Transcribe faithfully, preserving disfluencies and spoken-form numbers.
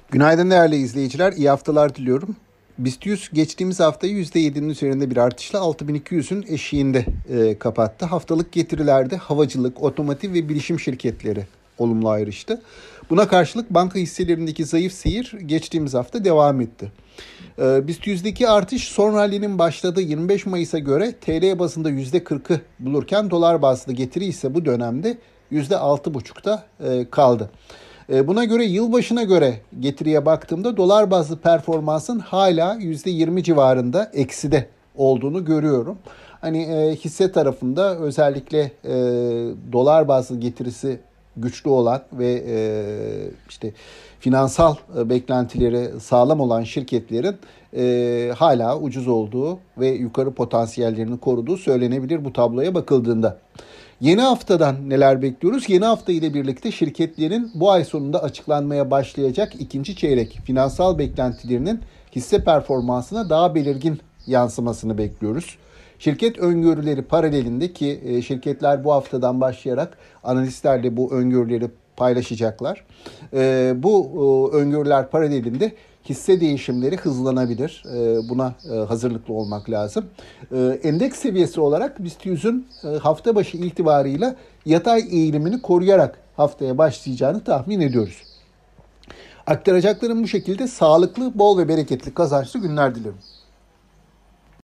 Günaydın değerli izleyiciler, iyi haftalar diliyorum. BIST yüz geçtiğimiz haftayı yüzde yedinin üzerinde bir artışla altı bin iki yüzün eşiğinde e, kapattı. Haftalık getirilerde havacılık, otomotiv ve bilişim şirketleri olumlu ayrıştı. Buna karşılık banka hisselerindeki zayıf seyir geçtiğimiz hafta devam etti. E, BIST yüzdeki artış son rallinin başladığı yirmi beş Mayıs'a göre T L bazında yüzde kırkı bulurken dolar bazlı getiri ise bu dönemde yüzde altı buçukta e, kaldı. Buna göre yılbaşına göre getiriye baktığımda dolar bazlı performansın hala yüzde yirmi civarında ekside olduğunu görüyorum. Hani e, hisse tarafında özellikle e, dolar bazlı getirisi güçlü olan ve e, işte finansal e, beklentileri sağlam olan şirketlerin e, hala ucuz olduğu ve yukarı potansiyellerini koruduğu söylenebilir bu tabloya bakıldığında. Yeni haftadan neler bekliyoruz? Yeni hafta ile birlikte şirketlerin bu ay sonunda açıklanmaya başlayacak ikinci çeyrek finansal beklentilerinin hisse performansına daha belirgin yansımasını bekliyoruz. Şirket öngörüleri paralelinde ki şirketler bu haftadan başlayarak analistlerle bu öngörüleri paylaşacaklar. Bu öngörüler paralelinde hisse değişimleri hızlanabilir. Buna hazırlıklı olmak lazım. Endeks seviyesi olarak BIST yüzün hafta başı itibarıyla yatay eğilimini koruyarak haftaya başlayacağını tahmin ediyoruz. Aktaracaklarım bu şekilde. Sağlıklı, bol ve bereketli, kazançlı günler dilerim.